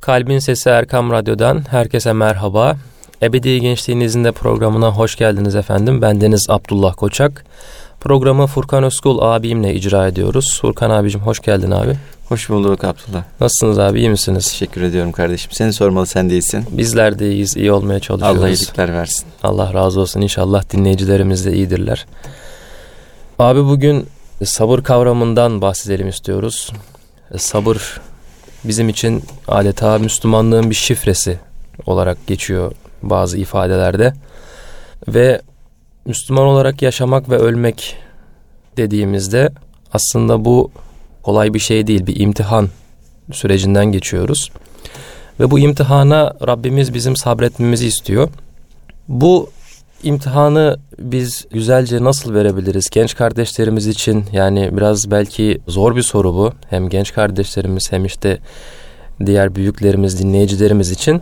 Kalbin Sesi Erkam Radyo'dan herkese merhaba. Ebedi Gençliğinizin de programına hoş geldiniz efendim. Bendeniz Abdullah Koçak. Programı Furkan Özkul abimle icra ediyoruz. Furkan abicim hoş geldin abi. Hoş bulduk Abdullah. Nasılsınız abi, iyi misiniz? Teşekkür ediyorum kardeşim. Seni sormalı, sen de iyisin. Bizler de iyiyiz, iyi olmaya çalışıyoruz. Allah iyilikler versin. Allah razı olsun, inşallah dinleyicilerimiz de iyidirler. Abi bugün sabır kavramından bahsedelim istiyoruz. Sabır bizim için adeta Müslümanlığın bir şifresi olarak geçiyor bazı ifadelerde. Ve Müslüman olarak yaşamak ve ölmek dediğimizde aslında bu kolay bir şey değil, bir imtihan sürecinden geçiyoruz. Ve bu imtihana Rabbimiz bizim sabretmemizi istiyor. Bu imtihanı biz güzelce nasıl verebiliriz? Genç kardeşlerimiz için, yani biraz belki zor bir soru bu. Hem genç kardeşlerimiz hem işte diğer büyüklerimiz, dinleyicilerimiz için.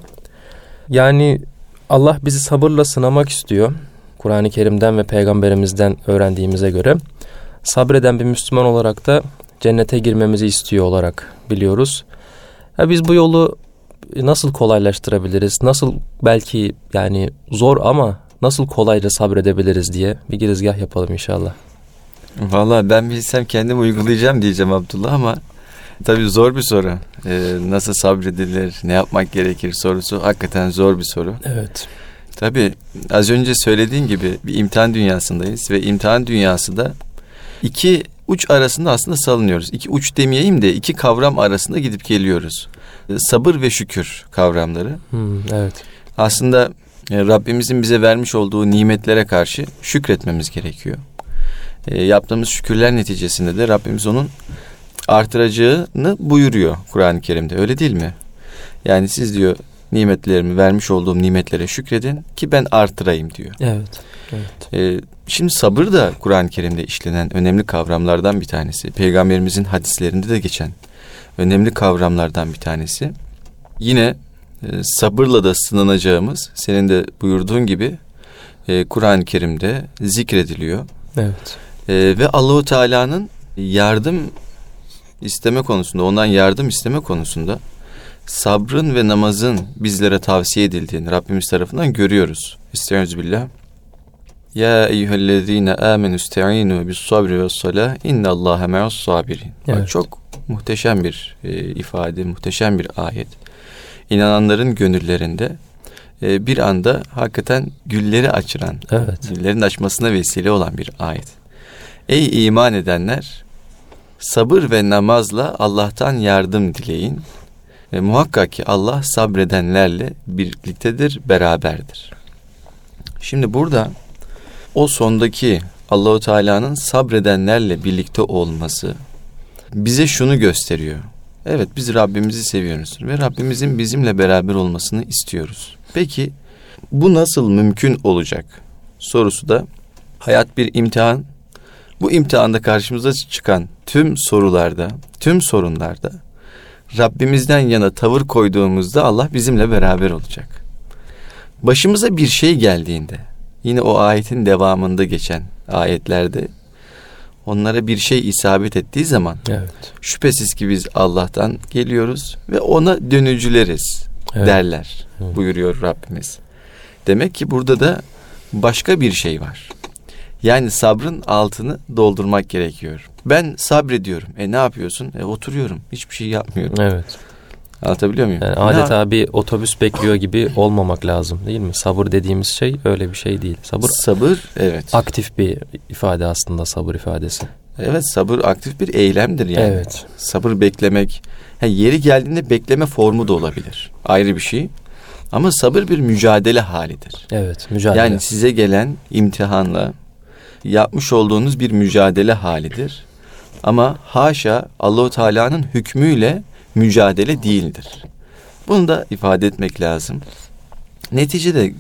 Yani Allah bizi sabırla sınamak istiyor. Kur'an-ı Kerim'den ve Peygamberimizden öğrendiğimize göre sabreden bir Müslüman olarak da cennete girmemizi istiyor olarak biliyoruz. Biz bu yolu nasıl kolaylaştırabiliriz? Nasıl belki yani zor ama nasıl kolayca sabredebiliriz diye bir girizgah yapalım inşallah. Vallahi ben bilsem kendim uygulayacağım diyeceğim Abdullah ama tabii zor bir soru. Nasıl sabredilir, ne yapmak gerekir sorusu hakikaten zor bir soru. Evet. Tabii az önce söylediğin gibi bir imtihan dünyasındayız ve imtihan dünyası da iki uç arasında aslında salınıyoruz. İki uç demeyeyim de iki kavram arasında gidip geliyoruz. Sabır ve şükür kavramları. Evet. Aslında Rabbimizin bize vermiş olduğu nimetlere karşı şükretmemiz gerekiyor. Yaptığımız şükürler neticesinde de Rabbimiz onun artıracağını buyuruyor Kur'an-ı Kerim'de. Öyle değil mi? Yani siz diyor nimetlerimi, vermiş olduğum nimetlere şükredin ki ben artırayım diyor. Evet. Şimdi sabır da Kur'an-ı Kerim'de işlenen önemli kavramlardan bir tanesi. Peygamberimizin hadislerinde de geçen önemli kavramlardan bir tanesi. Yine sabırla da sınanacağımız, senin de buyurduğun gibi Kur'an-ı Kerim'de zikrediliyor. Evet. Ve Allahu Teala'nın yardım isteme konusunda, ondan yardım isteme konusunda sabrın ve namazın bizlere tavsiye edildiğini Rabbimiz tarafından görüyoruz. Estağfirullah. Ya eyyühellezine amenu ista'inu bis sabri ve's salah innallaha ma'as sabirin. Evet. Çok muhteşem bir ifade, muhteşem bir ayet. İnananların gönüllerinde bir anda hakikaten gülleri açıran, güllerin açmasına vesile olan bir ayet. Ey iman edenler, sabır ve namazla Allah'tan yardım dileyin. Muhakkak ki Allah sabredenlerle birliktedir, beraberdir. Şimdi burada o sondaki Allahu Teala'nın sabredenlerle birlikte olması bize şunu gösteriyor. Evet, biz Rabbimizi seviyoruz ve Rabbimizin bizimle beraber olmasını istiyoruz. Peki bu nasıl mümkün olacak sorusu da, hayat bir imtihan. Bu imtihanda karşımıza çıkan tüm sorularda, tüm sorunlarda Rabbimizden yana tavır koyduğumuzda Allah bizimle beraber olacak. Başımıza bir şey geldiğinde, yine o ayetin devamında geçen ayetlerde onlara bir şey isabet ettiği zaman şüphesiz ki biz Allah'tan geliyoruz ve ona dönücüleriz derler buyuruyor Rabbimiz. Demek ki burada da başka bir şey var. Yani sabrın altını doldurmak gerekiyor. Ben sabrediyorum. Ne yapıyorsun? Oturuyorum. Hiçbir şey yapmıyorum. Evet. Anlatabiliyor muyum? Yani adeta bir otobüs bekliyor gibi olmamak lazım değil mi? Sabır dediğimiz şey öyle bir şey değil. Sabır evet. Aktif bir ifade aslında, sabır ifadesi. Evet, sabır aktif bir eylemdir yani. Evet. Sabır beklemek. Yeri geldiğinde bekleme formu da olabilir. Ayrı bir şey. Ama sabır bir mücadele halidir. Evet, mücadele. Yani size gelen imtihanla yapmış olduğunuz bir mücadele halidir. Ama haşa Allahu Teala'nın hükmüyle mücadele değildir. Bunu da ifade etmek lazım. Neticede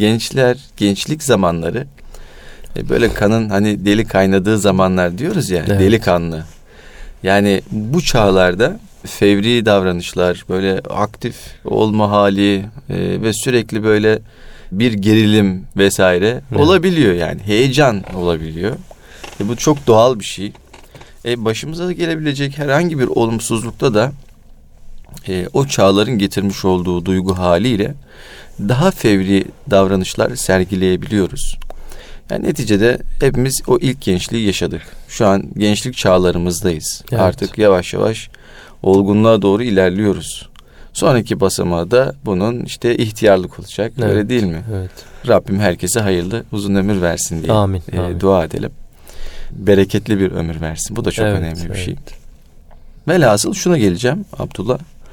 gençlik zamanları böyle kanın hani deli kaynadığı zamanlar diyoruz ya, delikanlı. Yani bu çağlarda fevri davranışlar, böyle aktif olma hali ve sürekli böyle bir gerilim vesaire olabiliyor yani. Heyecan olabiliyor. Bu çok doğal bir şey. Başımıza da gelebilecek herhangi bir olumsuzlukta da o çağların getirmiş olduğu duygu haliyle daha fevri davranışlar sergileyebiliyoruz. Yani neticede hepimiz o ilk gençliği yaşadık. Şu an gençlik çağlarımızdayız. Evet. Artık yavaş yavaş olgunluğa doğru ilerliyoruz. Sonraki basamağı da bunun işte ihtiyarlık olacak. Evet. Öyle değil mi? Evet. Rabbim herkese hayırlı uzun ömür versin diye Amin, amin. dua edelim. Bereketli bir ömür versin. Bu da çok önemli bir şey. Velhasıl şuna geleceğim Abdullah.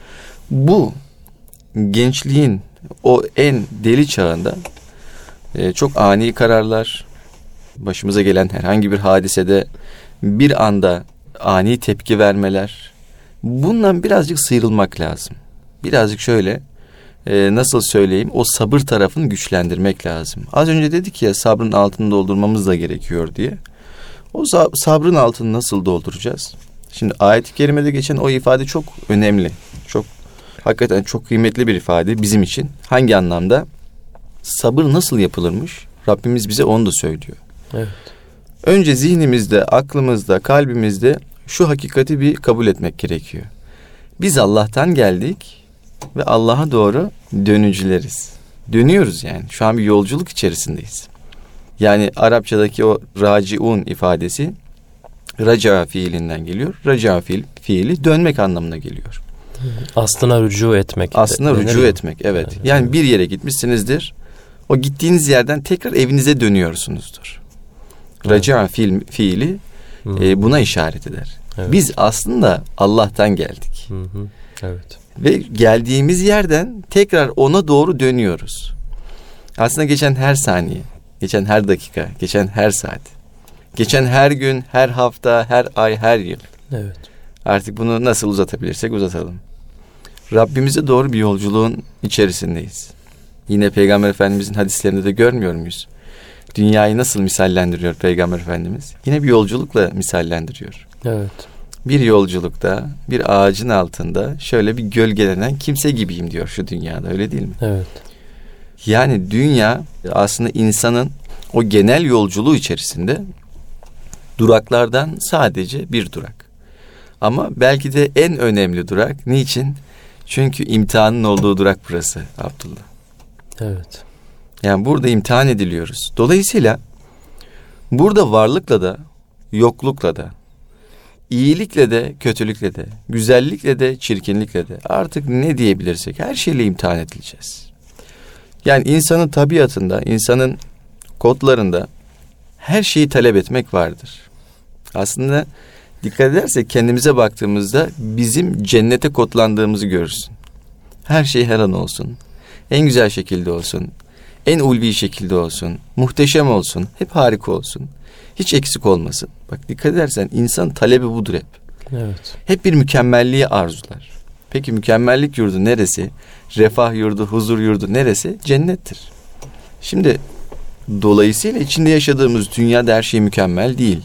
Bu gençliğin o en deli çağında çok ani kararlar, başımıza gelen herhangi bir hadisede bir anda ani tepki vermeler, bundan birazcık sıyrılmak lazım. Birazcık şöyle nasıl söyleyeyim, o sabır tarafını güçlendirmek lazım. Az önce dedik ya, sabrın altını doldurmamız da gerekiyor diye. O sabrın altını nasıl dolduracağız? Şimdi ayet-i kerimede geçen o ifade çok önemli. Çok, hakikaten çok kıymetli bir ifade bizim için. Hangi anlamda? Sabır nasıl yapılırmış? Rabbimiz bize onu da söylüyor. Evet. Önce zihnimizde, aklımızda, kalbimizde şu hakikati bir kabul etmek gerekiyor. Biz Allah'tan geldik ve Allah'a doğru dönücüleriz. Dönüyoruz yani. Şu an bir yolculuk içerisindeyiz. Yani Arapçadaki o raciun ifadesi raca fiilinden geliyor. Raca fiili dönmek anlamına geliyor. Aslına rücu etmek. Aslına rücu etmek, evet. Yani bir yere gitmişsinizdir. O gittiğiniz yerden tekrar evinize dönüyorsunuzdur. Raca fiili buna işaret eder. Evet. Biz aslında Allah'tan geldik. Evet. Ve geldiğimiz yerden tekrar ona doğru dönüyoruz. Aslında geçen her saniye, geçen her dakika, geçen her saat, geçen her gün, her hafta, her ay, her yıl. Evet. Artık bunu nasıl uzatabilirsek uzatalım. Rabbimize doğru bir yolculuğun içerisindeyiz. Yine Peygamber Efendimizin hadislerinde de görmüyor muyuz? Dünyayı nasıl misallendiriyor Peygamber Efendimiz? Yine bir yolculukla misallendiriyor. Evet. Bir yolculukta, bir ağacın altında şöyle bir gölgelenen kimse gibiyim diyor şu dünyada, öyle değil mi? Evet. Yani dünya aslında insanın o genel yolculuğu içerisinde duraklardan sadece bir durak. Ama belki de en önemli durak. Niçin? Çünkü imtihanın olduğu durak burası Abdullah. Evet. Yani burada imtihan ediliyoruz. Dolayısıyla burada varlıkla da, yoklukla da, iyilikle de, kötülükle de, güzellikle de, çirkinlikle de, artık ne diyebilirsek her şeyle imtihan edileceğiz. Yani insanın tabiatında, insanın kodlarında her şeyi talep etmek vardır. Aslında dikkat edersek kendimize baktığımızda bizim cennete kodlandığımızı görürsün. Her şey her an olsun. En güzel şekilde olsun. En ulvi şekilde olsun. Muhteşem olsun. Hep harika olsun. Hiç eksik olmasın. Bak dikkat edersen insan talebi budur hep. Evet. Hep bir mükemmelliği arzular. Peki mükemmellik yurdu neresi? Refah yurdu, huzur yurdu neresi? Cennettir. Şimdi dolayısıyla içinde yaşadığımız dünyada her şey mükemmel değil.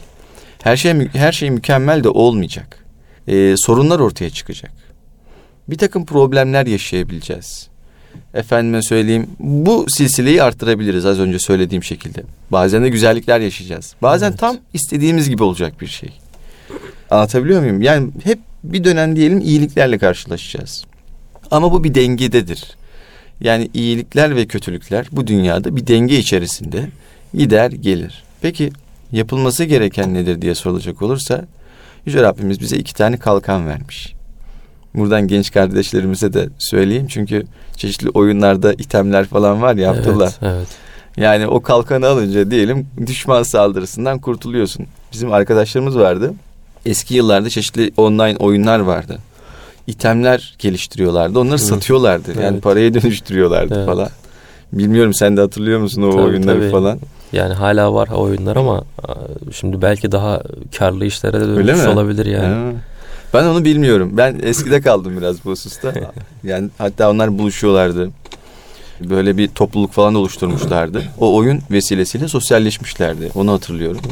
Her şey mükemmel de olmayacak. Sorunlar ortaya çıkacak. Bir takım problemler yaşayabileceğiz. Efendime söyleyeyim, bu silsileyi arttırabiliriz az önce söylediğim şekilde. Bazen de güzellikler yaşayacağız. Bazen evet, tam istediğimiz gibi olacak bir şey. Anlatabiliyor muyum? Yani hep bir dönem diyelim iyiliklerle karşılaşacağız. Ama bu bir dengededir. Yani iyilikler ve kötülükler bu dünyada bir denge içerisinde gider gelir. Peki yapılması gereken nedir diye sorulacak olursa, Yüce Rabbimiz bize 2 tane kalkan vermiş. Buradan genç kardeşlerimize de söyleyeyim, çünkü çeşitli oyunlarda itemler falan var ya Abdullah. Evet, evet. Yani o kalkanı alınca diyelim düşman saldırısından kurtuluyorsun. Bizim arkadaşlarımız vardı. Eski yıllarda çeşitli online oyunlar vardı. İtemler geliştiriyorlardı. Onları satıyorlardı. Yani evet, paraya dönüştürüyorlardı evet, falan. Bilmiyorum, sen de hatırlıyor musun o oyunları falan? Yani hala var oyunlar ama şimdi belki daha karlı işlere de dönmüş olabilir yani. Ha. Ben onu bilmiyorum. Ben eskide kaldım biraz bu hususta. Yani hatta onlar buluşuyorlardı. Böyle bir topluluk falan oluşturmuşlardı. O oyun vesilesiyle sosyalleşmişlerdi. Onu hatırlıyorum.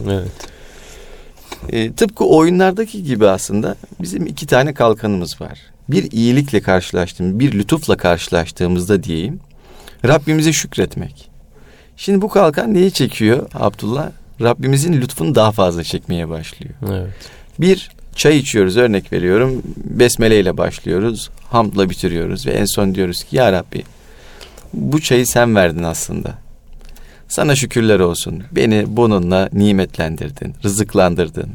Evet. Tıpkı oyunlardaki gibi aslında bizim 2 tane kalkanımız var. Bir iyilikle karşılaştığımız, bir lütufla karşılaştığımızda diyeyim, Rabbimize şükretmek. Şimdi bu kalkan neyi çekiyor Abdullah? Rabbimizin lütfunu daha fazla çekmeye başlıyor. Evet. Bir, Çay içiyoruz, örnek veriyorum. Besmele ile başlıyoruz. Hamdla bitiriyoruz ve en son diyoruz ki ya Rabbi, bu çayı sen verdin aslında. Sana şükürler olsun. Beni bununla nimetlendirdin, rızıklandırdın.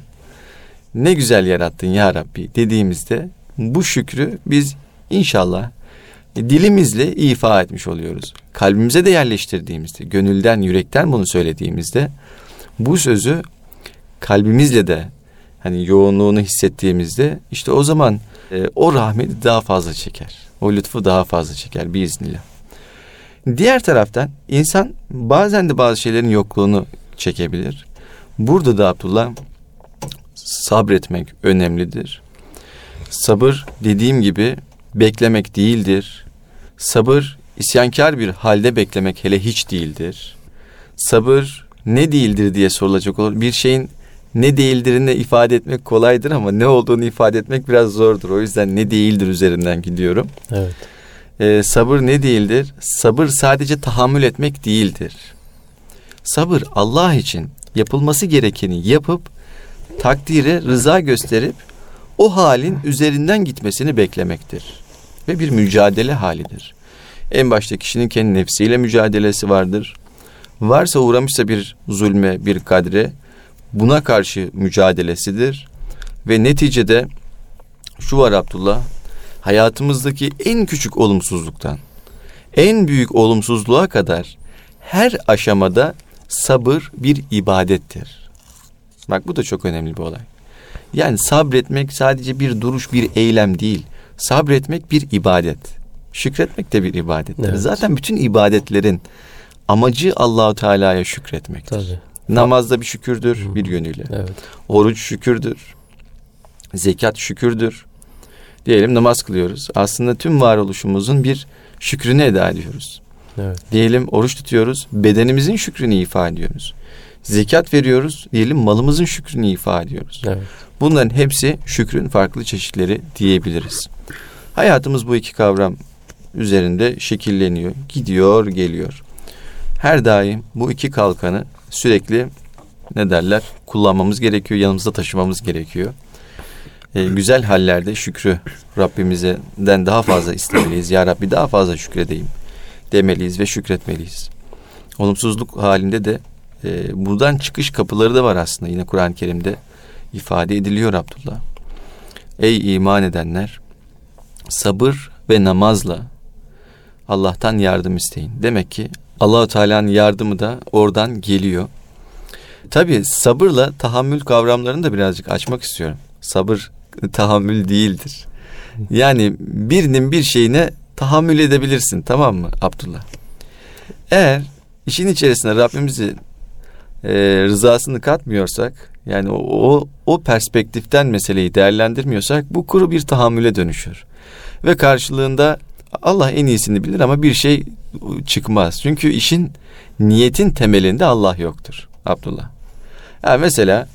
Ne güzel yarattın ya Rabbi dediğimizde bu şükrü biz inşallah dilimizle ifa etmiş oluyoruz. Kalbimize de yerleştirdiğimizde, gönülden, yürekten bunu söylediğimizde bu sözü kalbimizle de hani yoğunluğunu hissettiğimizde işte o zaman o rahmeti daha fazla çeker. O lütfu daha fazla çeker biiznillah. Diğer taraftan insan bazen de bazı şeylerin yokluğunu çekebilir. Burada da Abdullah sabretmek önemlidir. Sabır dediğim gibi beklemek değildir. Sabır isyankar bir halde beklemek hele hiç değildir. Sabır ne değildir diye sorulacak olur. Bir şeyin ne değildirini ifade etmek kolaydır ama ne olduğunu ifade etmek biraz zordur. O yüzden ne değildir üzerinden gidiyorum. Evet. Sabır ne değildir? Sabır sadece tahammül etmek değildir. Sabır Allah için yapılması gerekeni yapıp takdire rıza gösterip o halin üzerinden gitmesini beklemektir. Ve bir mücadele halidir. En başta kişinin kendi nefsiyle mücadelesi vardır. Varsa uğramışsa bir zulme, bir kadre, buna karşı mücadelesidir. Ve neticede şu var Abdullah, hayatımızdaki en küçük olumsuzluktan en büyük olumsuzluğa kadar her aşamada sabır bir ibadettir. Bak bu da çok önemli bir olay. Yani sabretmek sadece bir duruş, bir eylem değil. Sabretmek bir ibadet. Şükretmek de bir ibadettir. Evet. Zaten bütün ibadetlerin amacı Allahu Teala'ya şükretmektir. Tabii. Namazda bir şükürdür bir yönüyle. Evet. Oruç şükürdür. Zekat şükürdür. Diyelim namaz kılıyoruz. Aslında tüm varoluşumuzun bir şükrünü eda ediyoruz. Evet. Diyelim oruç tutuyoruz. Bedenimizin şükrünü ifa ediyoruz. Zekat veriyoruz. Diyelim malımızın şükrünü ifa ediyoruz. Evet. Bunların hepsi şükrün farklı çeşitleri diyebiliriz. Hayatımız bu iki kavram üzerinde şekilleniyor. Gidiyor, geliyor. Her daim bu iki kalkanı sürekli kullanmamız gerekiyor. Yanımızda taşımamız gerekiyor. Güzel hallerde şükrü Rabbimizden daha fazla istemeliyiz. Ya Rabbi daha fazla şükredeyim demeliyiz ve şükretmeliyiz. Olumsuzluk halinde de buradan çıkış kapıları da var aslında. Yine Kur'an-ı Kerim'de ifade ediliyor Abdullah. Ey iman edenler, sabır ve namazla Allah'tan yardım isteyin. Demek ki Allah-u Teala'nın yardımı da oradan geliyor. Tabii sabırla tahammül kavramlarını da birazcık açmak istiyorum. Sabır tahammül değildir. Yani birinin bir şeyine tahammül edebilirsin, tamam mı Abdullah? Eğer işin içerisine Rabbimizin rızasını katmıyorsak, yani o perspektiften meseleyi değerlendirmiyorsak bu kuru bir tahammüle dönüşür. Ve karşılığında Allah en iyisini bilir ama bir şey çıkmaz. Çünkü işin niyetin temelinde Allah yoktur Abdullah. Yani mesela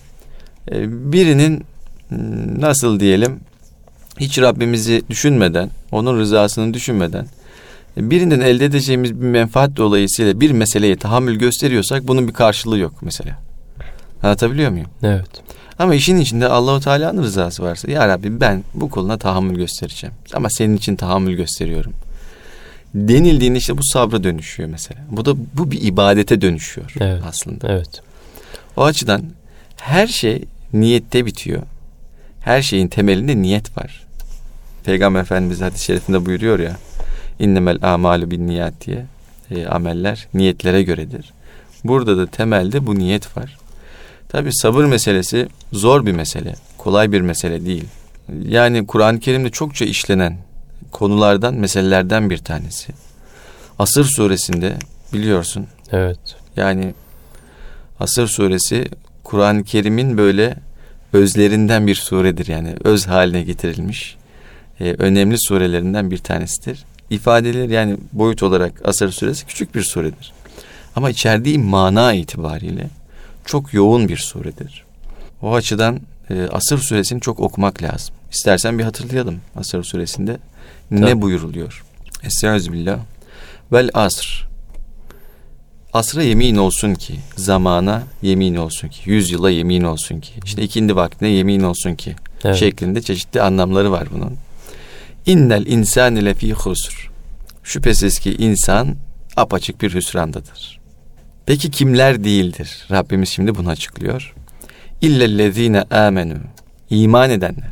birinin nasıl diyelim hiç Rabbimizi düşünmeden, onun rızasını düşünmeden birinden elde edeceğimiz bir menfaat dolayısıyla bir meseleye tahammül gösteriyorsak bunun bir karşılığı yok mesela. Anlatabiliyor muyum? Evet. Ama işin içinde Allahu Teala'nın rızası varsa ya Rabbi ben bu kuluna tahammül göstereceğim ama senin için tahammül gösteriyorum denildiğinde işte bu sabra dönüşüyor mesela. Bu bir ibadete dönüşüyor aslında. Evet. O açıdan her şey niyette bitiyor. Her şeyin temelinde niyet var. Peygamber Efendimiz hadis-i şerifinde buyuruyor ya, innemel amalu bin niyat diye, ameller niyetlere göredir. Burada da temelde bu niyet var. Tabii sabır meselesi zor bir mesele, kolay bir mesele değil. Yani Kur'an-ı Kerim'de çokça işlenen konulardan, meselelerden bir tanesi. Asır suresinde biliyorsun. Evet. Yani Asır suresi Kur'an-ı Kerim'in böyle özlerinden bir suredir, yani öz haline getirilmiş önemli surelerinden bir tanesidir. İfadeler yani boyut olarak Asır suresi küçük bir suredir. Ama içerdiği mana itibariyle çok yoğun bir suredir. O açıdan Asır suresini çok okumak lazım. İstersen bir hatırlayalım Asır suresinde ne buyuruluyor. Estağfirullah. Vel asr. Asra yemin olsun ki, zamana yemin olsun ki, 100 yıla yemin olsun ki, işte ikindi vaktine yemin olsun ki, şeklinde çeşitli anlamları var bunun. İnnel insâne lefî husr. Şüphesiz ki insan apaçık bir hüsrandadır. Peki kimler değildir? Rabbimiz şimdi bunu açıklıyor. İllellezîne âmenû. İman edenler.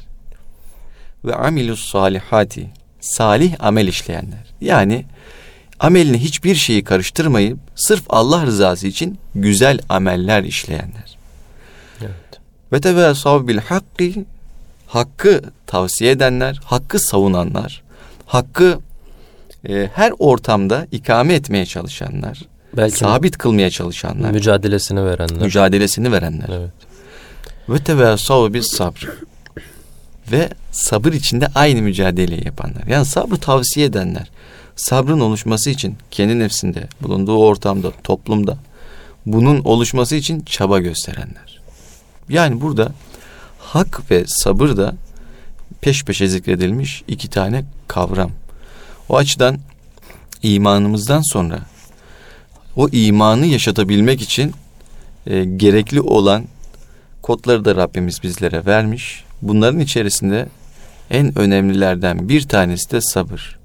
Ve amilus salihati. Salih amel işleyenler. Yani ameline hiçbir şeyi karıştırmayıp sırf Allah rızası için güzel ameller işleyenler. Evet. Ve tevâsav bil hakki. Hakkı tavsiye edenler, hakkı savunanlar, hakkı her ortamda ikame etmeye çalışanlar, belki sabit kılmaya çalışanlar, mücadelesini verenler. Evet. Ve tevâsav bis sabr. Ve sabır içinde aynı mücadeleyi yapanlar. Yani sabrı tavsiye edenler. Sabrın oluşması için kendi nefsinde, bulunduğu ortamda, toplumda bunun oluşması için çaba gösterenler. Yani burada hak ve sabır da peş peşe zikredilmiş iki tane kavram. O açıdan imanımızdan sonra o imanı yaşatabilmek için gerekli olan kodları da Rabbimiz bizlere vermiş. Bunların içerisinde en önemlilerden bir tanesi de sabır.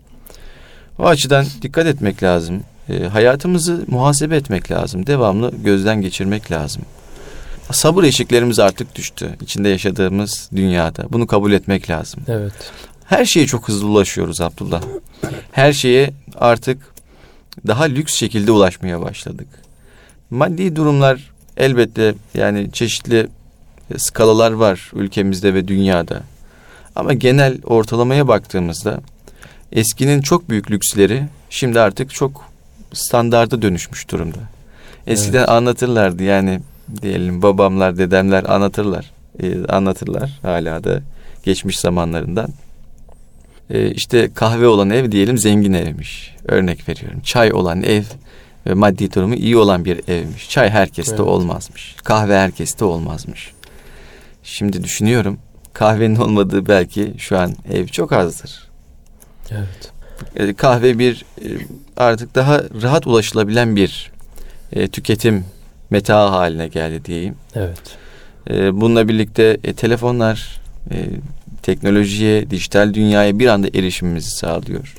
O açıdan dikkat etmek lazım. Hayatımızı muhasebe etmek lazım. Devamlı gözden geçirmek lazım. Sabır eşiklerimiz artık düştü. İçinde yaşadığımız dünyada. Bunu kabul etmek lazım. Evet. Her şeye çok hızlı ulaşıyoruz Abdullah. Her şeye artık daha lüks şekilde ulaşmaya başladık. Maddi durumlar elbette yani çeşitli skalalar var ülkemizde ve dünyada. Ama genel ortalamaya baktığımızda eskinin çok büyük lüksleri şimdi artık çok standarda dönüşmüş durumda. Eskiden anlatırlardı yani diyelim babamlar, dedemler anlatırlar hala da geçmiş zamanlarından. İşte kahve olan ev diyelim zengin evmiş. Örnek veriyorum. Çay olan ev ve maddi durumu iyi olan bir evmiş. Çay herkeste olmazmış. Kahve herkeste olmazmış. Şimdi düşünüyorum kahvenin olmadığı belki şu an ev çok azdır. Evet. Kahve bir artık daha rahat ulaşılabilen bir tüketim meta haline geldi diyeyim. Evet. Bununla birlikte telefonlar teknolojiye, dijital dünyaya bir anda erişimimizi sağlıyor.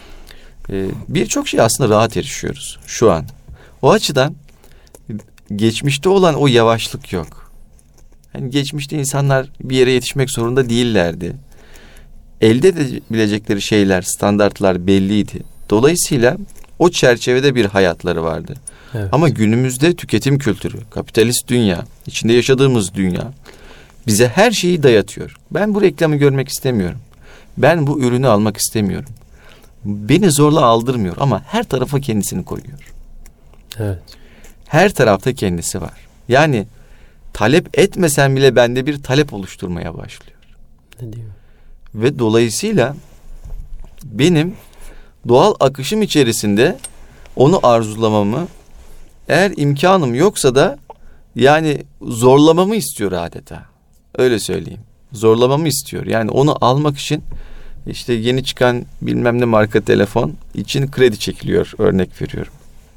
Birçok şey aslında rahat erişiyoruz şu an. O açıdan geçmişte olan o yavaşlık yok. Yani geçmişte insanlar bir yere yetişmek zorunda değillerdi. Elde edebilecekleri şeyler, standartlar belliydi. Dolayısıyla o çerçevede bir hayatları vardı. Evet. Ama günümüzde tüketim kültürü, kapitalist dünya, içinde yaşadığımız dünya bize her şeyi dayatıyor. Ben bu reklamı görmek istemiyorum. Ben bu ürünü almak istemiyorum. Beni zorla aldırmıyor ama her tarafa kendisini koyuyor. Evet. Her tarafta kendisi var. Yani talep etmesen bile bende bir talep oluşturmaya başlıyor. Ne diyor? Ve dolayısıyla benim doğal akışım içerisinde onu arzulamamı, eğer imkanım yoksa da yani zorlamamı istiyor adeta. Öyle söyleyeyim. Zorlamamı istiyor. Yani onu almak için işte yeni çıkan bilmem ne marka telefon için kredi çekiliyor, örnek veriyorum.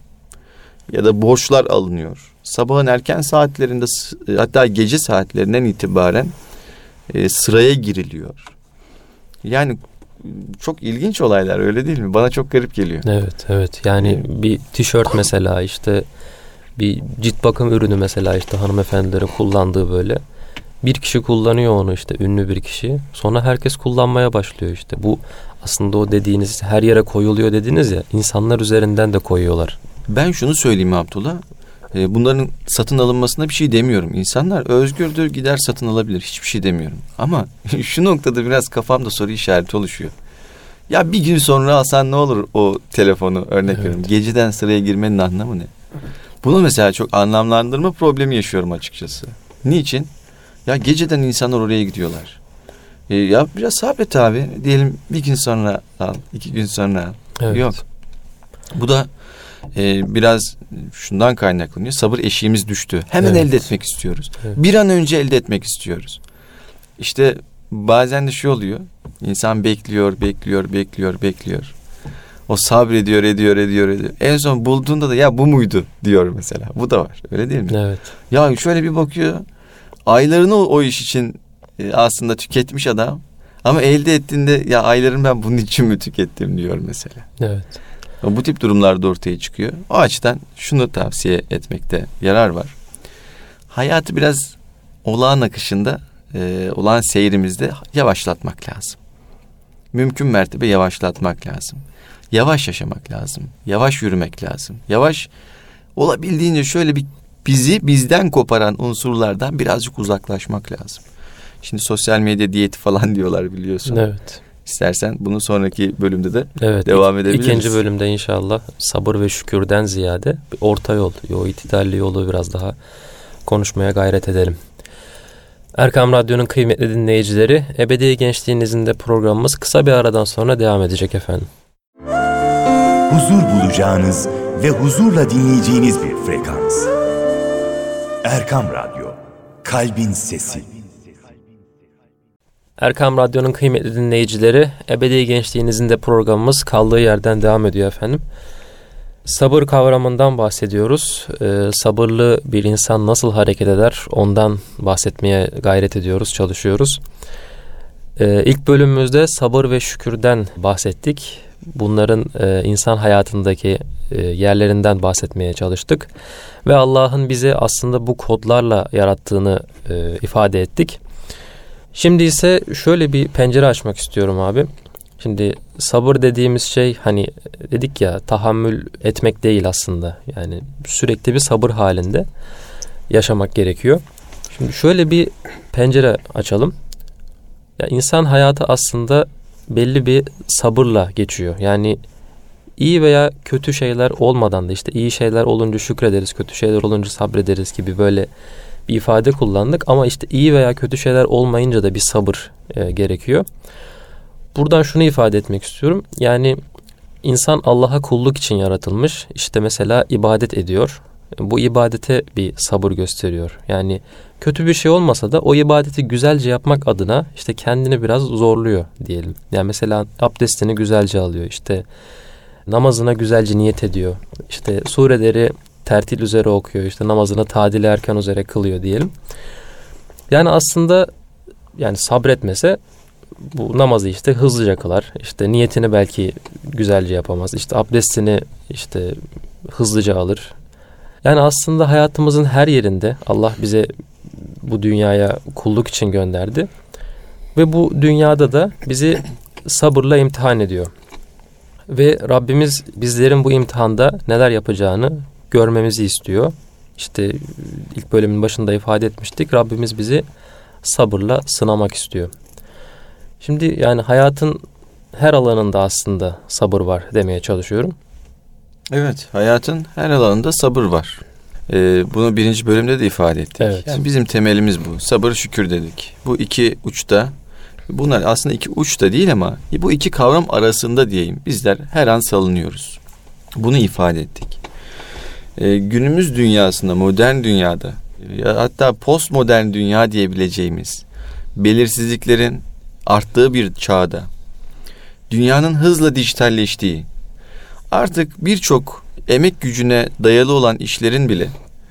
Ya da borçlar alınıyor. Sabahın erken saatlerinde hatta gece saatlerinden itibaren sıraya giriliyor. Yani çok ilginç olaylar, öyle değil mi? Bana çok garip geliyor. Evet. Yani bir tişört mesela, işte bir cilt bakım ürünü mesela, işte hanımefendilerin kullandığı böyle. Bir kişi kullanıyor onu, işte ünlü bir kişi. Sonra herkes kullanmaya başlıyor işte. Bu aslında o dediğiniz, her yere koyuluyor dediniz ya, insanlar üzerinden de koyuyorlar. Ben şunu söyleyeyim Abdullah. Bunların satın alınmasına bir şey demiyorum. İnsanlar özgürdür, gider satın alabilir. Hiçbir şey demiyorum. Ama şu noktada biraz kafamda soru işareti oluşuyor. Ya bir gün sonra alsan ne olur o telefonu, örnek veriyorum. Geceden sıraya girmenin anlamı ne? Bunu mesela çok anlamlandırma problemi yaşıyorum açıkçası. Niçin? Ya geceden insanlar oraya gidiyorlar. Ya biraz sabret abi. Diyelim bir gün sonra al, 2 gün sonra al. Evet. Yok. Bu da biraz şundan kaynaklanıyor. Sabır eşiğimiz düştü. Hemen elde etmek istiyoruz. Evet. Bir an önce elde etmek istiyoruz. İşte bazen de şu oluyor. İnsan bekliyor. O sabrediyor, ediyor. En son bulduğunda da ya bu muydu diyor mesela. Bu da var. Öyle değil mi? Evet. Ya şöyle bir bakıyor. Aylarını o iş için aslında tüketmiş adam. Ama elde ettiğinde ya aylarını ben bunun için mi tükettim diyor mesela. Evet. Bu tip durumlarda ortaya çıkıyor. O açıdan şunu tavsiye etmekte yarar var. Hayatı biraz olağan akışında, olağan seyrimizde yavaşlatmak lazım. Mümkün mertebe yavaşlatmak lazım. Yavaş yaşamak lazım. Yavaş yürümek lazım. Yavaş, olabildiğince şöyle bir bizi bizden koparan unsurlardan birazcık uzaklaşmak lazım. Şimdi sosyal medya diyeti falan diyorlar biliyorsun. Evet. İstersen bunu sonraki bölümde de devam edebiliriz. İkinci bölümde inşallah sabır ve şükürden ziyade bir orta yol, o itidalli yolu biraz daha konuşmaya gayret edelim. Erkam Radyo'nun kıymetli dinleyicileri, Ebedi Gençliğinizin de programımız kısa bir aradan sonra devam edecek efendim. Huzur bulacağınız ve huzurla dinleyeceğiniz bir frekans. Erkam Radyo, Kalbin Sesi. Erkam Radyo'nun kıymetli dinleyicileri, Ebedi Gençliğinizin de programımız kaldığı yerden devam ediyor efendim. Sabır kavramından bahsediyoruz. Sabırlı bir insan nasıl hareket eder? Ondan bahsetmeye gayret ediyoruz, çalışıyoruz. İlk bölümümüzde sabır ve şükürden bahsettik. Bunların insan hayatındaki yerlerinden bahsetmeye çalıştık. Ve Allah'ın bizi aslında bu kodlarla yarattığını ifade ettik. Şimdi ise şöyle bir pencere açmak istiyorum abi. Şimdi sabır dediğimiz şey hani dedik ya tahammül etmek değil aslında. Yani sürekli bir sabır halinde yaşamak gerekiyor. Şimdi şöyle bir pencere açalım. Ya insan hayatı aslında belli bir sabırla geçiyor. Yani iyi veya kötü şeyler olmadan da işte iyi şeyler olunca şükrederiz, kötü şeyler olunca sabrederiz gibi böyle bir ifade kullandık. Ama işte iyi veya kötü şeyler olmayınca da bir sabır gerekiyor. Buradan şunu ifade etmek istiyorum. Yani insan Allah'a kulluk için yaratılmış. İşte mesela ibadet ediyor. Bu ibadete bir sabır gösteriyor. Yani kötü bir şey olmasa da o ibadeti güzelce yapmak adına işte kendini biraz zorluyor diyelim. Yani mesela abdestini güzelce alıyor. İşte namazına güzelce niyet ediyor. İşte sureleri tertil üzere okuyor. İşte namazını tadil erken üzere kılıyor diyelim. Yani aslında yani sabretmese bu namazı işte hızlıca kılar. İşte niyetini belki güzelce yapamaz. İşte abdestini işte hızlıca alır. Yani aslında hayatımızın her yerinde Allah bize bu dünyaya kulluk için gönderdi. Ve bu dünyada da bizi sabırla imtihan ediyor. Ve Rabbimiz bizlerin bu imtihanda neler yapacağını görmemizi istiyor. İşte ilk bölümün başında ifade etmiştik. Rabbimiz bizi sabırla sınamak istiyor. Şimdi yani hayatın her alanında aslında sabır var demeye çalışıyorum. Evet, hayatın her alanında sabır var. Bunu birinci bölümde de ifade ettik. Evet. Yani bizim temelimiz bu. Sabır, şükür dedik. Bu iki uçta, bunlar aslında iki uçta değil ama bu iki kavram arasında diyeyim. Bizler her an salınıyoruz. Bunu ifade ettik. Günümüz dünyasında, modern dünyada, hatta postmodern dünya diyebileceğimiz belirsizliklerin arttığı bir çağda, dünyanın hızla dijitalleştiği, artık birçok emek gücüne dayalı olan işlerin bile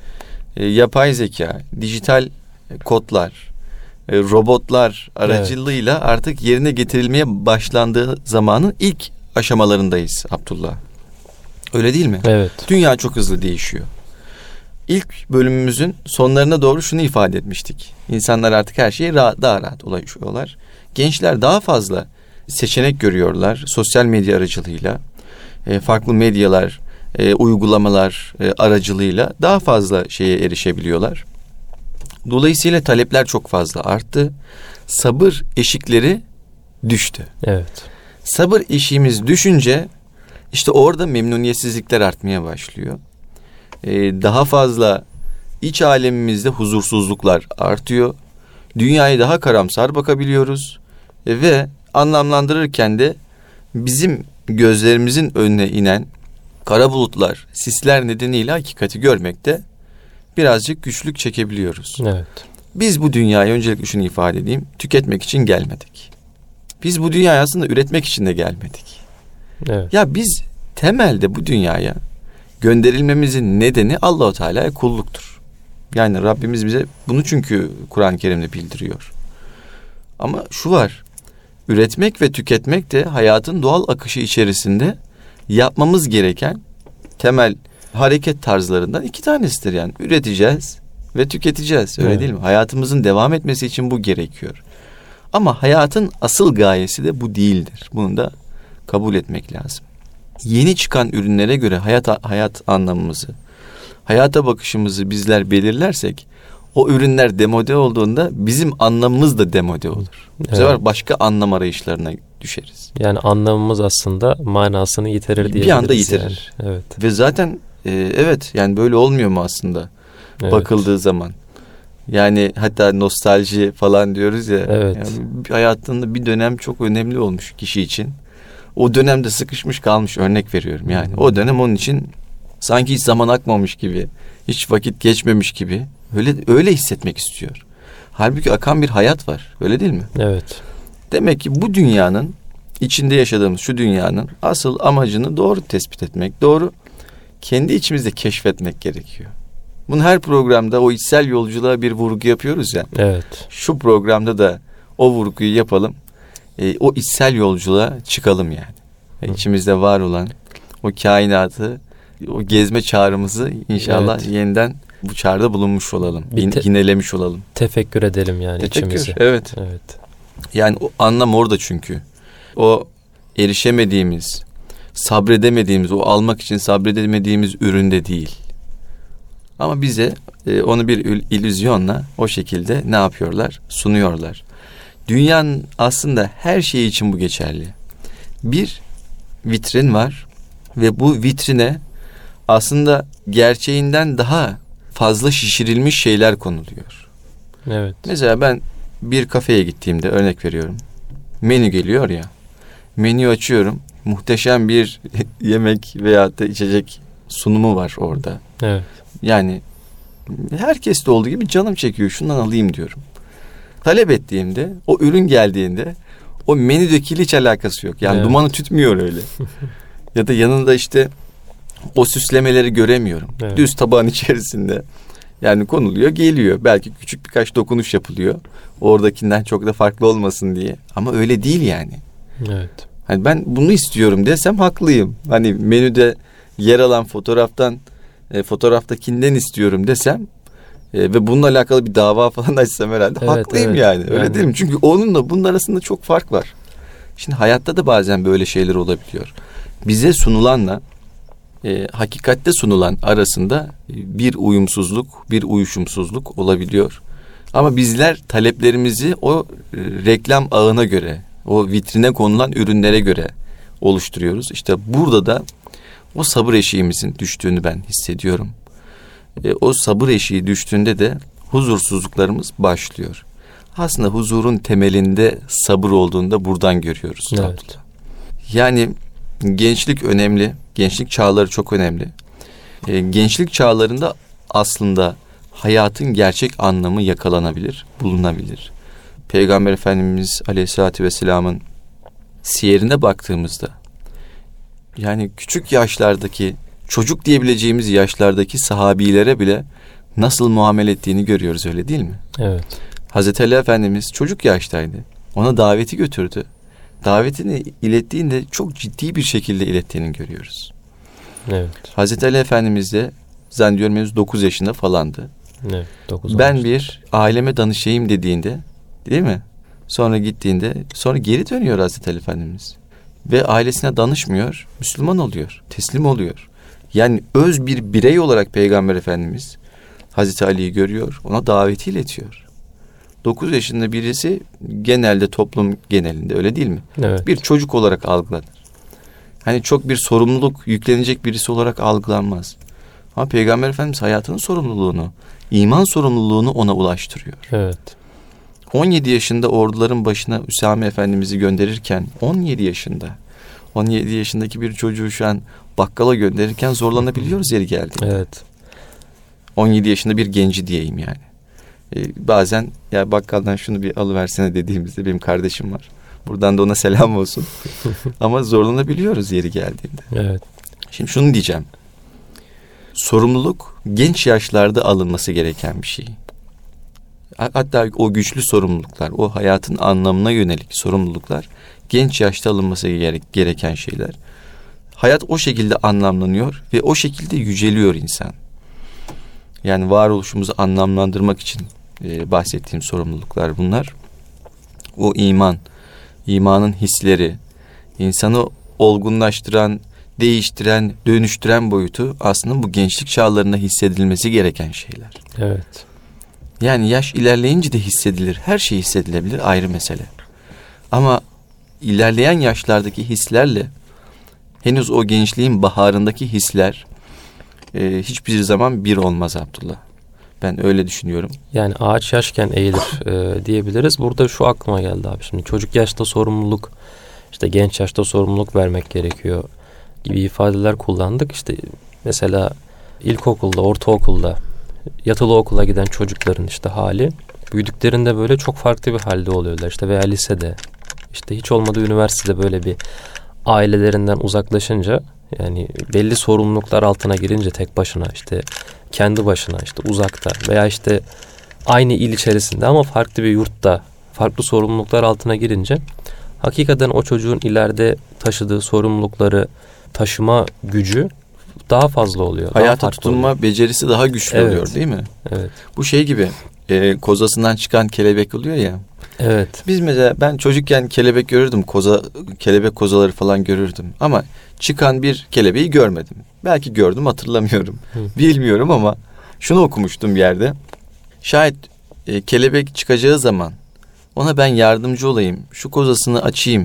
yapay zeka, dijital kodlar, robotlar aracılığıyla artık yerine getirilmeye başlandığı zamanın ilk aşamalarındayız Abdullah. Öyle değil mi? Evet. Dünya çok hızlı değişiyor. İlk bölümümüzün sonlarına doğru şunu ifade etmiştik. İnsanlar artık her şeye daha rahat ulaşıyorlar. Gençler daha fazla seçenek görüyorlar sosyal medya aracılığıyla. Farklı medyalar, uygulamalar aracılığıyla daha fazla şeye erişebiliyorlar. Dolayısıyla talepler çok fazla arttı. Sabır eşikleri düştü. Evet. Sabır eşiğimiz düşünce işte orada memnuniyetsizlikler artmaya başlıyor. Daha fazla iç alemimizde huzursuzluklar artıyor. Dünyaya daha karamsar bakabiliyoruz. Ve anlamlandırırken de bizim gözlerimizin önüne inen kara bulutlar, sisler nedeniyle hakikati görmekte birazcık güçlük çekebiliyoruz. Evet. Biz bu dünyaya öncelikle şunu ifade edeyim, tüketmek için gelmedik. Biz bu dünyaya aslında üretmek için de gelmedik. Evet. Ya biz temelde bu dünyaya gönderilmemizin nedeni Allah-u Teala'ya kulluktur. Yani Rabbimiz bize bunu çünkü Kur'an-ı Kerim'de bildiriyor. Ama şu var. Üretmek ve tüketmek de hayatın doğal akışı içerisinde yapmamız gereken temel hareket tarzlarından 2 tanesidir yani. Üreteceğiz ve tüketeceğiz. Öyle değil mi? Hayatımızın devam etmesi için bu gerekiyor. Ama hayatın asıl gayesi de bu değildir. Bunu da kabul etmek lazım. Yeni çıkan ürünlere göre hayat anlamımızı, hayata bakışımızı bizler belirlersek, o ürünler demode olduğunda bizim anlamımız da demode olur. Bu sefer başka anlam arayışlarına düşeriz. Yani anlamımız aslında manasını yitirir diyebiliriz. Bir anda yitirir. Yani. Evet. Ve zaten evet yani böyle olmuyor mu aslında? Evet. Bakıldığı zaman. Yani hatta nostalji falan diyoruz ya. Evet. Yani hayatında bir dönem çok önemli olmuş kişi için. O dönemde sıkışmış kalmış, örnek veriyorum yani. O dönem onun için sanki hiç zaman akmamış gibi, hiç vakit geçmemiş gibi öyle hissetmek istiyor. Halbuki akan bir hayat var. Öyle değil mi? Evet. Demek ki bu dünyanın, içinde yaşadığımız şu dünyanın asıl amacını doğru tespit etmek, doğru kendi içimizde keşfetmek gerekiyor. Bunun her programda o içsel yolculuğa bir vurgu yapıyoruz ya. Evet. Şu programda da o vurguyu yapalım. O içsel yolculuğa çıkalım yani. İçimizde var olan o kainatı, o gezme çağrımızı inşallah yeniden bu çağrıda bulunmuş olalım. Yinelemiş olalım. Tefekkür edelim yani içimizi. Evet. Evet. Yani o anlam orada çünkü. O erişemediğimiz, sabredemediğimiz, o almak için sabredemediğimiz üründe değil. Ama bize onu bir illüzyonla o şekilde ne yapıyorlar? Sunuyorlar. Dünyanın aslında her şeyi için bu geçerli. Bir vitrin var ve bu vitrine aslında gerçeğinden daha fazla şişirilmiş şeyler konuluyor. Evet. Mesela ben bir kafeye gittiğimde, örnek veriyorum, menü geliyor ya, menüyü açıyorum, muhteşem bir yemek veya da içecek sunumu var orada. Evet. Yani herkes de olduğu gibi canım çekiyor, şundan alayım diyorum. Talep ettiğimde, o ürün geldiğinde o menüdekiyle hiç alakası yok. Yani dumanı tütmüyor öyle. Ya da yanında işte o süslemeleri göremiyorum. Evet. Düz tabağın içerisinde yani konuluyor, geliyor. Belki küçük birkaç dokunuş yapılıyor. Oradakinden çok da farklı olmasın diye. Ama öyle değil yani. Evet. Hani ben bunu istiyorum desem haklıyım. Hani menüde yer alan fotoğraftakinden istiyorum desem ve bununla alakalı bir dava falan açsam herhalde haklıyım yani. Öyle değil mi? Çünkü onunla bunun arasında çok fark var. Şimdi hayatta da bazen böyle şeyler olabiliyor. Bize sunulanla hakikatte sunulan arasında bir uyumsuzluk, bir uyuşumsuzluk olabiliyor. Ama bizler taleplerimizi o reklam ağına göre, o vitrine konulan ürünlere göre oluşturuyoruz. İşte burada da o sabır eşiğimizin düştüğünü ben hissediyorum. O sabır eşiği düştüğünde de huzursuzluklarımız başlıyor. Aslında huzurun temelinde sabır olduğunu da buradan görüyoruz. Evet. Yani gençlik önemli. Gençlik çağları çok önemli. Gençlik çağlarında aslında hayatın gerçek anlamı yakalanabilir, bulunabilir. Peygamber Efendimiz Aleyhisselatü Vesselam'ın siyerine baktığımızda yani küçük yaşlardaki, çocuk diyebileceğimiz yaşlardaki sahabilere bile nasıl muamele ettiğini görüyoruz, öyle değil mi? Evet. Hazreti Ali Efendimiz çocuk yaştaydı. Ona daveti götürdü. Davetini ilettiğinde çok ciddi bir şekilde ilettiğini görüyoruz. Evet. Hazreti Ali Efendimiz de zannediyorum henüz 9 yaşında falandı. Evet, 9 ben olmuştur. Bir aileme danışayım dediğinde, değil mi? Sonra gittiğinde, sonra geri dönüyor Hazreti Ali Efendimiz. Ve ailesine danışmıyor, Müslüman oluyor, teslim oluyor. Yani öz bir birey olarak Peygamber Efendimiz Hazreti Ali'yi görüyor, ona daveti iletiyor. 9 yaşında birisi genelde toplum genelinde öyle değil mi? Evet. Bir çocuk olarak algılanır. Hani çok bir sorumluluk yüklenecek birisi olarak algılanmaz. Ama Peygamber Efendimiz hayatının sorumluluğunu, iman sorumluluğunu ona ulaştırıyor. Evet. 17 yaşında orduların başına Üsame Efendimiz'i gönderirken 17 yaşındaki bir çocuğu şu an bakkala gönderirken zorlanabiliyoruz yeri geldiğinde. Evet. 17 yaşında bir genci diyeyim yani. Bazen ya bakkaldan şunu bir alıversene dediğimizde, benim kardeşim var. Buradan da ona selam olsun. Ama zorlanabiliyoruz yeri geldiğinde. Evet. Şimdi şunu diyeceğim. Sorumluluk genç yaşlarda alınması gereken bir şey. hatta o güçlü sorumluluklar, o hayatın anlamına yönelik sorumluluklar genç yaşta alınması gereken şeyler. Hayat o şekilde anlamlanıyor ve o şekilde yüceliyor insan. Yani varoluşumuzu anlamlandırmak için bahsettiğim sorumluluklar bunlar. O imanın hisleri, insanı olgunlaştıran, değiştiren, dönüştüren boyutu aslında bu gençlik çağlarında hissedilmesi gereken şeyler. Evet. Yani yaş ilerleyince de hissedilir. Her şey hissedilebilir, ayrı mesele. Ama ilerleyen yaşlardaki hislerle henüz o gençliğin baharındaki hisler hiçbir zaman bir olmaz Abdullah. Ben öyle düşünüyorum. Yani ağaç yaşken eğilir diyebiliriz. Burada şu aklıma geldi abi. Şimdi çocuk yaşta sorumluluk, işte genç yaşta sorumluluk vermek gerekiyor gibi ifadeler kullandık. İşte mesela ilkokulda, ortaokulda, yatılı okula giden çocukların işte hali büyüdüklerinde böyle çok farklı bir halde oluyorlar. İşte veya lisede, işte hiç olmadı üniversitede böyle bir ailelerinden uzaklaşınca, yani belli sorumluluklar altına girince tek başına, işte kendi başına, işte uzakta veya işte aynı il içerisinde ama farklı bir yurtta farklı sorumluluklar altına girince hakikaten o çocuğun ileride taşıdığı sorumlulukları taşıma gücü daha fazla oluyor. Hayata tutunma becerisi daha güçlü oluyor değil mi? Evet. Bu şey gibi kozasından çıkan kelebek oluyor ya. Evet. Biz mesela ben çocukken kelebek görürdüm. Kelebek kozaları falan görürdüm. Ama çıkan bir kelebeği görmedim. Belki gördüm, hatırlamıyorum. Bilmiyorum ama şunu okumuştum bir yerde. Şayet kelebek çıkacağı zaman ona ben yardımcı olayım, şu kozasını açayım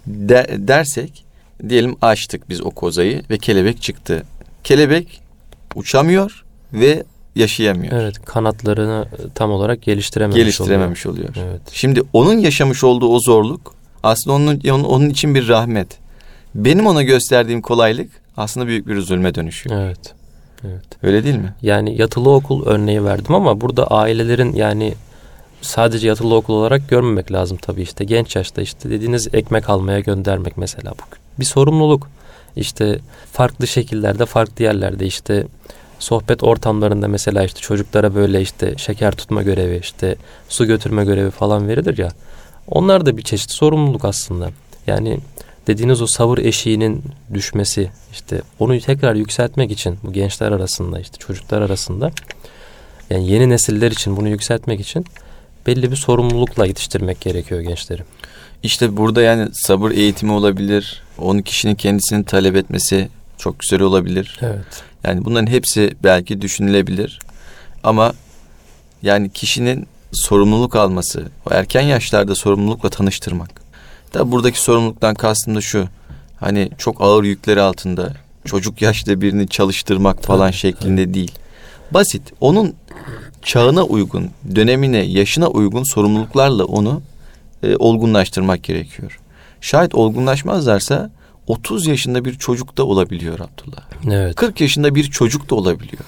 dersek, diyelim açtık biz o kozayı ve kelebek çıktı. Kelebek uçamıyor ve yaşayamıyor. Evet, kanatlarını tam olarak geliştirememiş oluyor. Evet. Şimdi onun yaşamış olduğu o zorluk aslında onun için bir rahmet. Benim ona gösterdiğim kolaylık aslında büyük bir zulme dönüşüyor. Evet. Evet. Öyle değil mi? Yani yatılı okul örneği verdim ama burada ailelerin, yani sadece yatılı okul olarak görmemek lazım tabii. İşte genç yaşta işte dediğiniz ekmek almaya göndermek mesela, bu bir sorumluluk. İşte farklı şekillerde, farklı yerlerde, işte sohbet ortamlarında mesela işte çocuklara böyle işte şeker tutma görevi, işte su götürme görevi falan verilir ya. Onlar da bir çeşit sorumluluk aslında. Yani dediğiniz o sabır eşiğinin düşmesi, işte onu tekrar yükseltmek için bu gençler arasında, işte çocuklar arasında, yani yeni nesiller için bunu yükseltmek için belli bir sorumlulukla yetiştirmek gerekiyor gençleri. İşte burada yani sabır eğitimi olabilir. Onun kişinin kendisini talep etmesi çok güzel olabilir. Evet. Yani bunların hepsi belki düşünülebilir. Ama yani kişinin sorumluluk alması, o erken yaşlarda sorumlulukla tanıştırmak. Tabi buradaki sorumluluktan kastım da şu. Hani çok ağır yükleri altında çocuk yaşta birini çalıştırmak falan şeklinde değil. Basit. Onun çağına uygun, dönemine, yaşına uygun sorumluluklarla onu olgunlaştırmak gerekiyor. Şayet olgunlaşmazlarsa 30 yaşında bir çocuk da olabiliyor Abdullah. Evet. 40 yaşında bir çocuk da olabiliyor.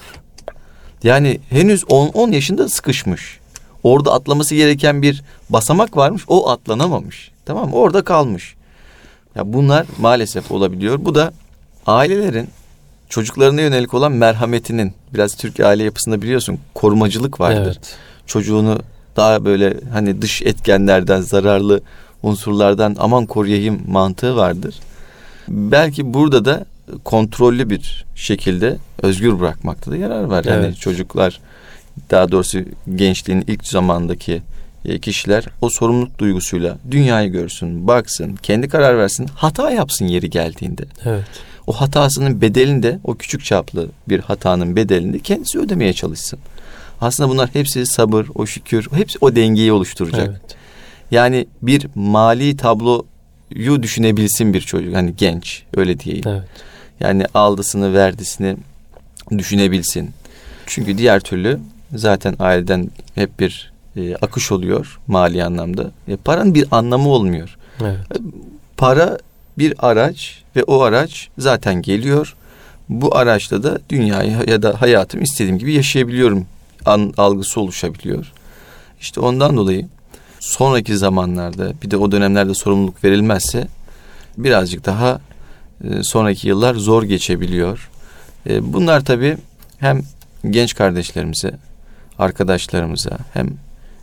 Yani henüz 10 yaşında sıkışmış. Orada atlaması gereken bir basamak varmış, o atlanamamış. Tamam mı? Orada kalmış. Ya bunlar maalesef olabiliyor. Bu da ailelerin çocuklarına yönelik olan merhametinin, biraz Türk aile yapısında biliyorsun korumacılık vardır. Evet. Çocuğunu daha böyle hani dış etkenlerden, zararlı unsurlardan aman koruyayım mantığı vardır. Belki burada da kontrollü bir şekilde özgür bırakmakta da yarar var. Yani evet. Çocuklar, daha doğrusu gençliğin ilk zamandaki kişiler o sorumluluk duygusuyla dünyayı görsün, baksın, kendi karar versin, hata yapsın yeri geldiğinde. Evet. O hatasının bedelini de, o küçük çaplı bir hatanın bedelini de kendisi ödemeye çalışsın. Aslında bunlar hepsi sabır, o şükür, hepsi o dengeyi oluşturacak. Evet. Yani bir mali tabloyu düşünebilsin bir çocuk, hani genç, öyle diyeyim. Evet. Yani aldısını, verdisini düşünebilsin. Çünkü diğer türlü zaten aileden hep bir akış oluyor mali anlamda. Paranın bir anlamı olmuyor. Evet. Para bir araç ve o araç zaten geliyor. Bu araçla da dünyayı ya da hayatımı istediğim gibi yaşayabiliyorum algısı oluşabiliyor. İşte ondan dolayı sonraki zamanlarda, bir de o dönemlerde sorumluluk verilmezse birazcık daha sonraki yıllar zor geçebiliyor. Bunlar tabii hem genç kardeşlerimize, arkadaşlarımıza, hem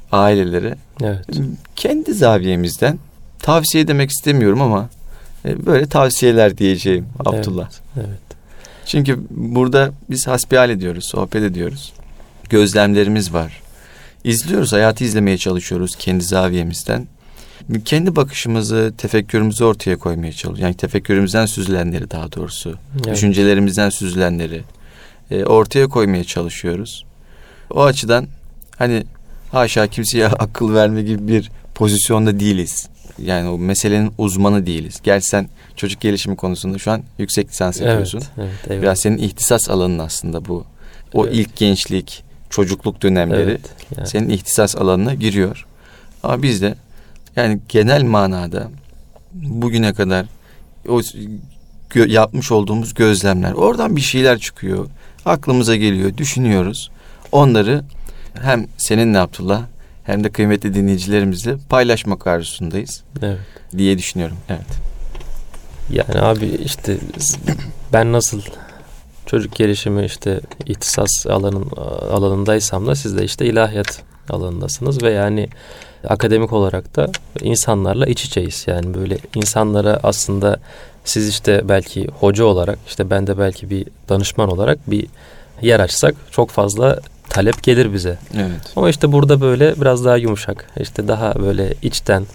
ailelere Evet. kendi zaviyemizden tavsiye demek istemiyorum ama böyle tavsiyeler diyeceğim Abdullah. Evet, evet. Çünkü burada biz hasbihal ediyoruz, sohbet ediyoruz. Gözlemlerimiz var. İzliyoruz, hayatı izlemeye çalışıyoruz kendi zaviyemizden. Kendi bakışımızı, tefekkürümüzü ortaya koymaya çalışıyoruz. Yani tefekkürümüzden süzülenleri, daha doğrusu, Evet. düşüncelerimizden süzülenleri ortaya koymaya çalışıyoruz. O açıdan hani haşa kimseye akıl verme gibi bir pozisyonda değiliz. Yani o meselenin uzmanı değiliz. Gerçi sen çocuk gelişimi konusunda şu an yüksek lisans yapıyorsun. Evet, Biraz senin ihtisas alanın aslında bu. O ilk gençlik, çocukluk dönemleri yani senin ihtisas alanına giriyor. Ama biz de yani genel manada bugüne kadar o yapmış olduğumuz gözlemler, oradan bir şeyler çıkıyor. Aklımıza geliyor, düşünüyoruz. Onları hem seninle Abdullah hem de kıymetli dinleyicilerimizle paylaşmak arzusundayız. Evet. Diye düşünüyorum. Evet. Yani abi işte ben nasıl çocuk gelişimi işte ihtisas alanındaysam da siz de işte ilahiyat alanındasınız ve yani akademik olarak da insanlarla iç içeyiz. Yani böyle insanlara aslında siz işte belki hoca olarak, işte ben de belki bir danışman olarak bir yer açsak çok fazla talep gelir bize. Evet. Ama işte burada böyle biraz daha yumuşak, işte daha böyle içten,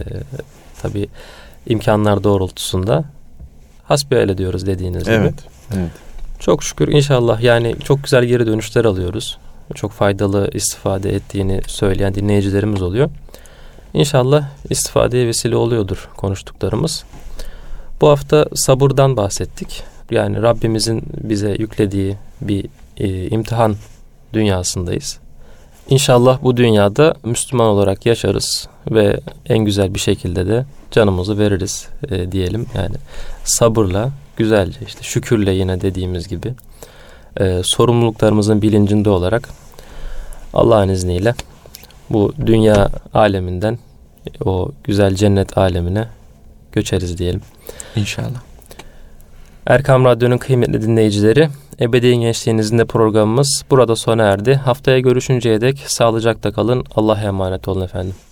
tabii imkanlar doğrultusunda hasbihal ediyoruz dediğiniz gibi. Evet. Evet. Çok şükür inşallah yani çok güzel geri dönüşler alıyoruz. Çok faydalı istifade ettiğini söyleyen dinleyicilerimiz oluyor. İnşallah istifadeye vesile oluyordur konuştuklarımız. Bu hafta sabırdan bahsettik. Yani Rabbimizin bize yüklediği bir imtihan dünyasındayız. İnşallah bu dünyada Müslüman olarak yaşarız ve en güzel bir şekilde de canımızı veririz diyelim. Yani sabırla, güzelce, işte şükürle, yine dediğimiz gibi sorumluluklarımızın bilincinde olarak Allah'ın izniyle bu dünya aleminden o güzel cennet alemine göçeriz diyelim. İnşallah. Erkam Radyo'nun kıymetli dinleyicileri, Ebedi Gençliğinizin de programımız burada sona erdi. Haftaya görüşünceye dek sağlıcakla kalın. Allah'a emanet olun efendim.